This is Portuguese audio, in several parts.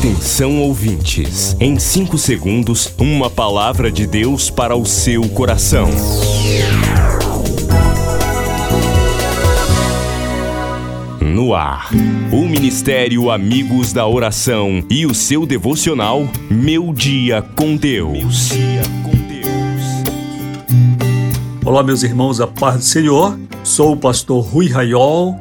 Atenção, ouvintes. Em 5 segundos, uma palavra de Deus para o seu coração. No ar, o Ministério Amigos da Oração e o seu devocional Meu Dia com Deus. Olá, meus irmãos, a paz do Senhor. Sou o pastor Rui Raiol.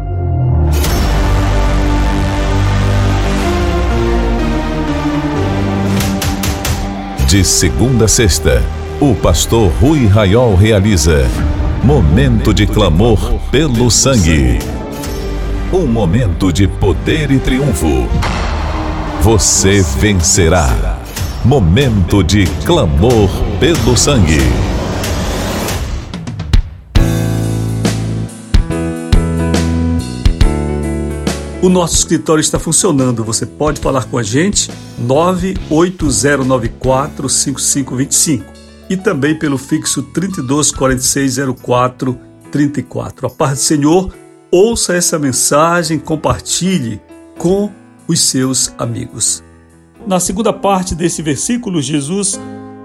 De segunda a sexta, o pastor Rui Raiol realiza Momento de Clamor pelo Sangue. Um momento de poder e triunfo. Você vencerá. Momento de Clamor pelo Sangue. O nosso escritório está funcionando. Você pode falar com a gente 980945525 e também pelo fixo 32460434. A paz do Senhor, ouça essa mensagem, compartilhe com os seus amigos. Na segunda parte desse versículo, Jesus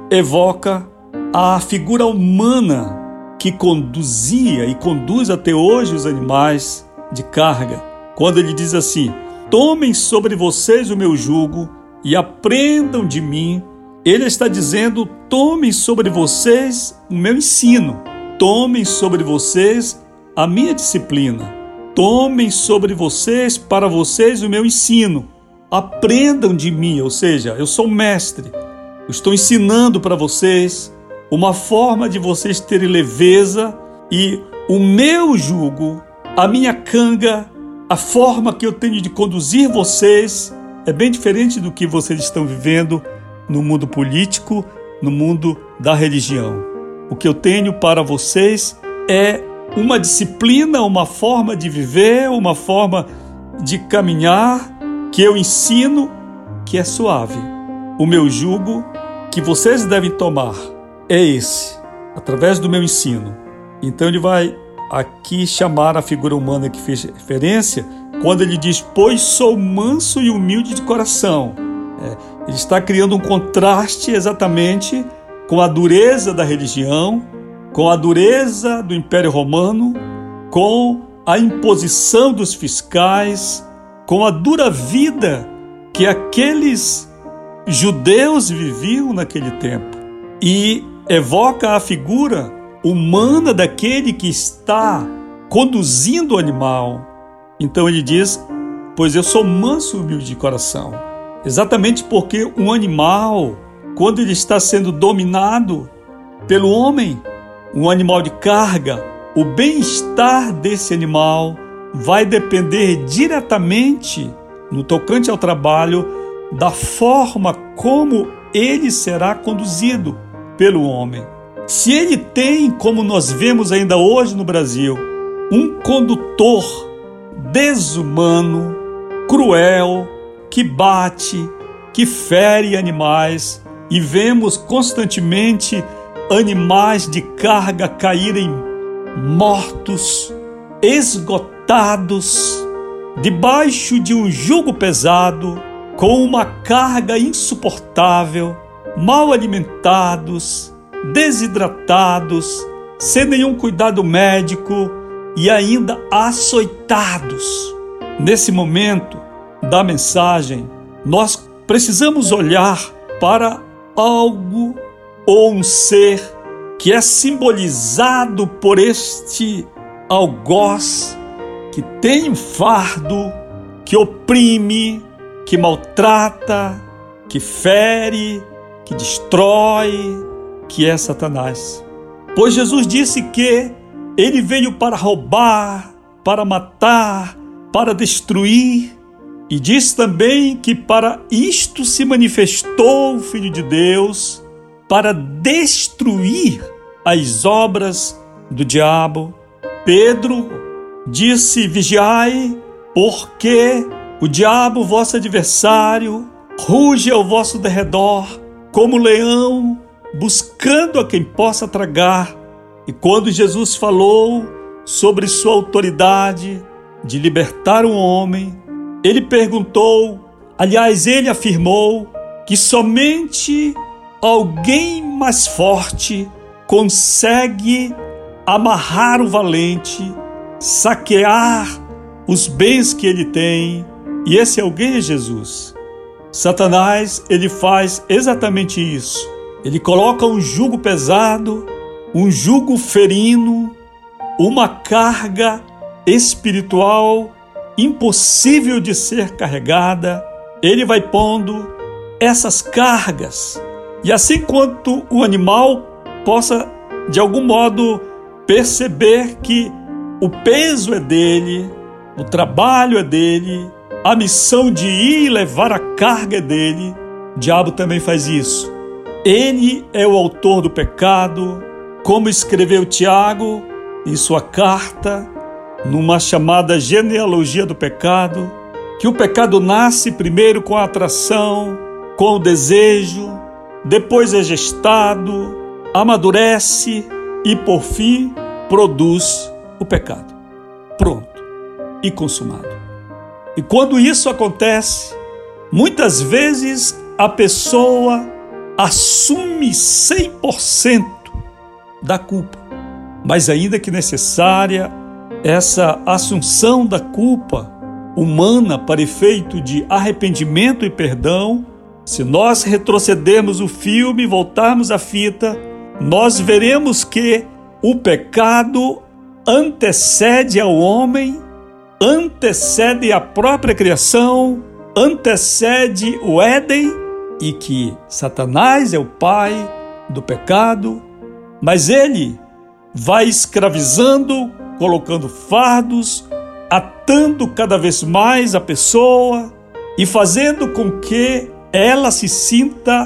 evoca a figura humana que conduzia e conduz até hoje os animais de carga. Quando ele diz assim: tomem sobre vocês o meu jugo e aprendam de mim, ele está dizendo: tomem sobre vocês o meu ensino, tomem sobre vocês a minha disciplina, tomem sobre vocês, para vocês, o meu ensino, aprendam de mim, ou seja, eu sou mestre, eu estou ensinando para vocês uma forma de vocês terem leveza, e o meu jugo, a minha canga, a forma que eu tenho de conduzir vocês é bem diferente do que vocês estão vivendo no mundo político, no mundo da religião. O que eu tenho para vocês é uma disciplina, uma forma de viver, uma forma de caminhar que eu ensino, que é suave. O meu jugo que vocês devem tomar é esse, através do meu ensino. Então ele vai aqui chamar a figura humana que fez referência, quando ele diz: pois sou manso e humilde de coração. Ele está criando um contraste exatamente com a dureza da religião, com a dureza do Império Romano, com a imposição dos fiscais, com a dura vida que aqueles judeus viviam naquele tempo. E evoca a figura humana daquele que está conduzindo o animal. Então ele diz: pois eu sou manso e humilde de coração. Exatamente porque um animal, quando ele está sendo dominado pelo homem, um animal de carga, o bem-estar desse animal vai depender diretamente, no tocante ao trabalho, da forma como ele será conduzido pelo homem. Se ele tem, como nós vemos ainda hoje no Brasil, um condutor desumano, cruel, que bate, que fere animais, e vemos constantemente animais de carga caírem mortos, esgotados, debaixo de um jugo pesado, com uma carga insuportável, mal alimentados, desidratados, sem nenhum cuidado médico e ainda açoitados. Nesse momento da mensagem, nós precisamos olhar para algo ou um ser que é simbolizado por este algoz que tem um fardo, que oprime, que maltrata, que fere, que destrói, que é Satanás. Pois Jesus disse que ele veio para roubar, para matar, para destruir, e diz também que para isto se manifestou o Filho de Deus, para destruir as obras do diabo. Pedro disse: vigiai, porque o diabo, vosso adversário, ruge ao vosso derredor, como leão, buscando a quem possa tragar. E quando Jesus falou sobre sua autoridade de libertar o homem, ele perguntou Aliás, ele afirmou que somente alguém mais forte consegue amarrar o valente, saquear os bens que ele tem, e esse alguém é Jesus. Satanás, ele faz exatamente isso. Ele coloca um jugo pesado, um jugo ferino, uma carga espiritual impossível de ser carregada. Ele vai pondo essas cargas, e assim quanto o animal possa, de algum modo, perceber que o peso é dele, o trabalho é dele, a missão de ir e levar a carga é dele, o diabo também faz isso. Ele é o autor do pecado, como escreveu Tiago em sua carta, numa chamada genealogia do pecado, que o pecado nasce primeiro com a atração, com o desejo, depois é gestado, amadurece e, por fim, produz o pecado. Pronto e consumado. E quando isso acontece, muitas vezes a pessoa assume 100% da culpa. Mas ainda que necessária essa assunção da culpa humana para efeito de arrependimento e perdão, se nós retrocedermos o filme e voltarmos a fita, nós veremos que o pecado antecede ao homem, antecede a própria criação, antecede o Éden, e que Satanás é o pai do pecado, mas ele vai escravizando, colocando fardos, atando cada vez mais a pessoa e fazendo com que ela se sinta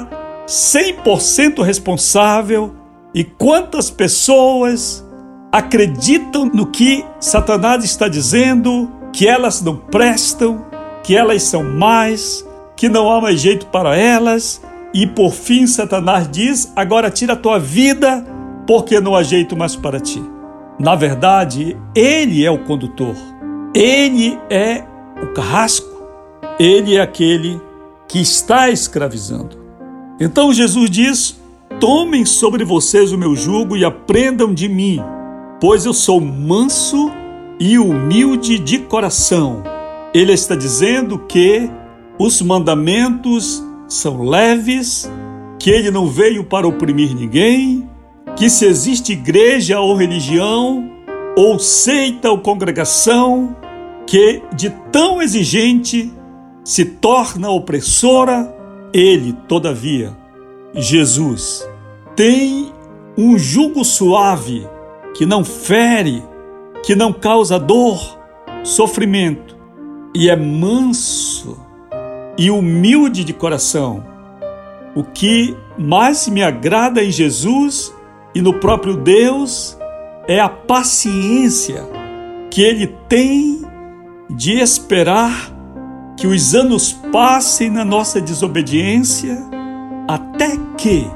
100% responsável. E quantas pessoas acreditam no que Satanás está dizendo, que elas não prestam, que elas são más, que não há mais jeito para elas, e por fim Satanás diz: agora tira a tua vida, porque não há jeito mais para ti. Na verdade, ele é o condutor, ele é o carrasco, ele é aquele que está escravizando. Então Jesus diz: tomem sobre vocês o meu jugo e aprendam de mim, pois eu sou manso e humilde de coração. Ele está dizendo que os mandamentos são leves, que ele não veio para oprimir ninguém, que se existe igreja ou religião, ou seita ou congregação, que de tão exigente se torna opressora, ele, todavia, Jesus, tem um jugo suave, que não fere, que não causa dor, sofrimento, e é manso e humilde de coração. O que mais me agrada em Jesus e no próprio Deus é a paciência que ele tem de esperar que os anos passem na nossa desobediência, até que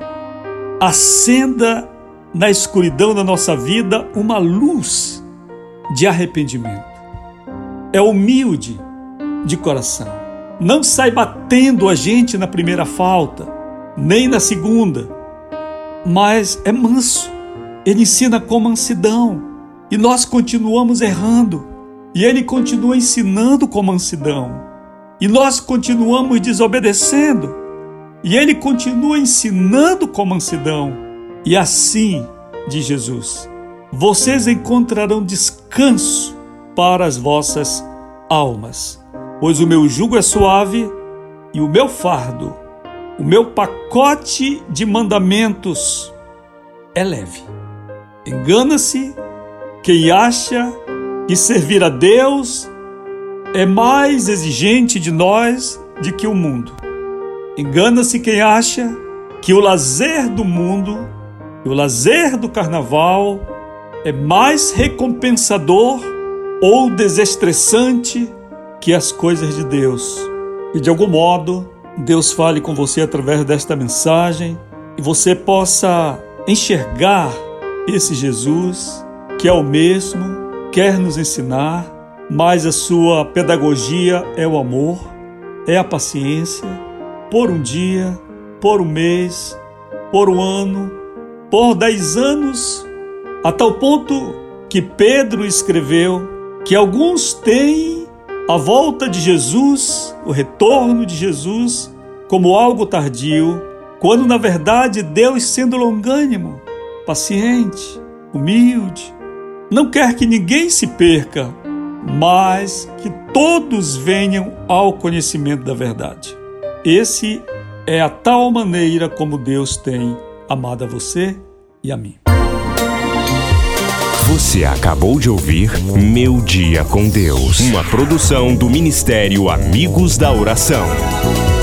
acenda na escuridão da nossa vida uma luz de arrependimento. É humilde de coração. Não sai batendo a gente na primeira falta, nem na segunda, mas é manso. Ele ensina com mansidão, e nós continuamos errando, e ele continua ensinando com mansidão, e nós continuamos desobedecendo, e ele continua ensinando com mansidão. E assim, diz Jesus, vocês encontrarão descanso para as vossas almas, pois o meu jugo é suave e o meu fardo, o meu pacote de mandamentos é leve. Engana-se quem acha que servir a Deus é mais exigente de nós do que o mundo. Engana-se quem acha que o lazer do mundo, e o lazer do carnaval é mais recompensador ou desestressante que as coisas de Deus. E de algum modo, Deus fale com você através desta mensagem e você possa enxergar esse Jesus que é o mesmo, quer nos ensinar, mas a sua pedagogia é o amor. é a paciência por um dia, por um mês, por um ano, por 10 anos, a tal ponto que Pedro escreveu que alguns têm a volta de Jesus, o retorno de Jesus, como algo tardio, quando na verdade Deus, sendo longânimo, paciente, humilde, não quer que ninguém se perca, mas que todos venham ao conhecimento da verdade. Esse é a tal maneira como Deus tem amado a você e a mim. Você acabou de ouvir Meu Dia com Deus, uma produção do Ministério Amigos da Oração.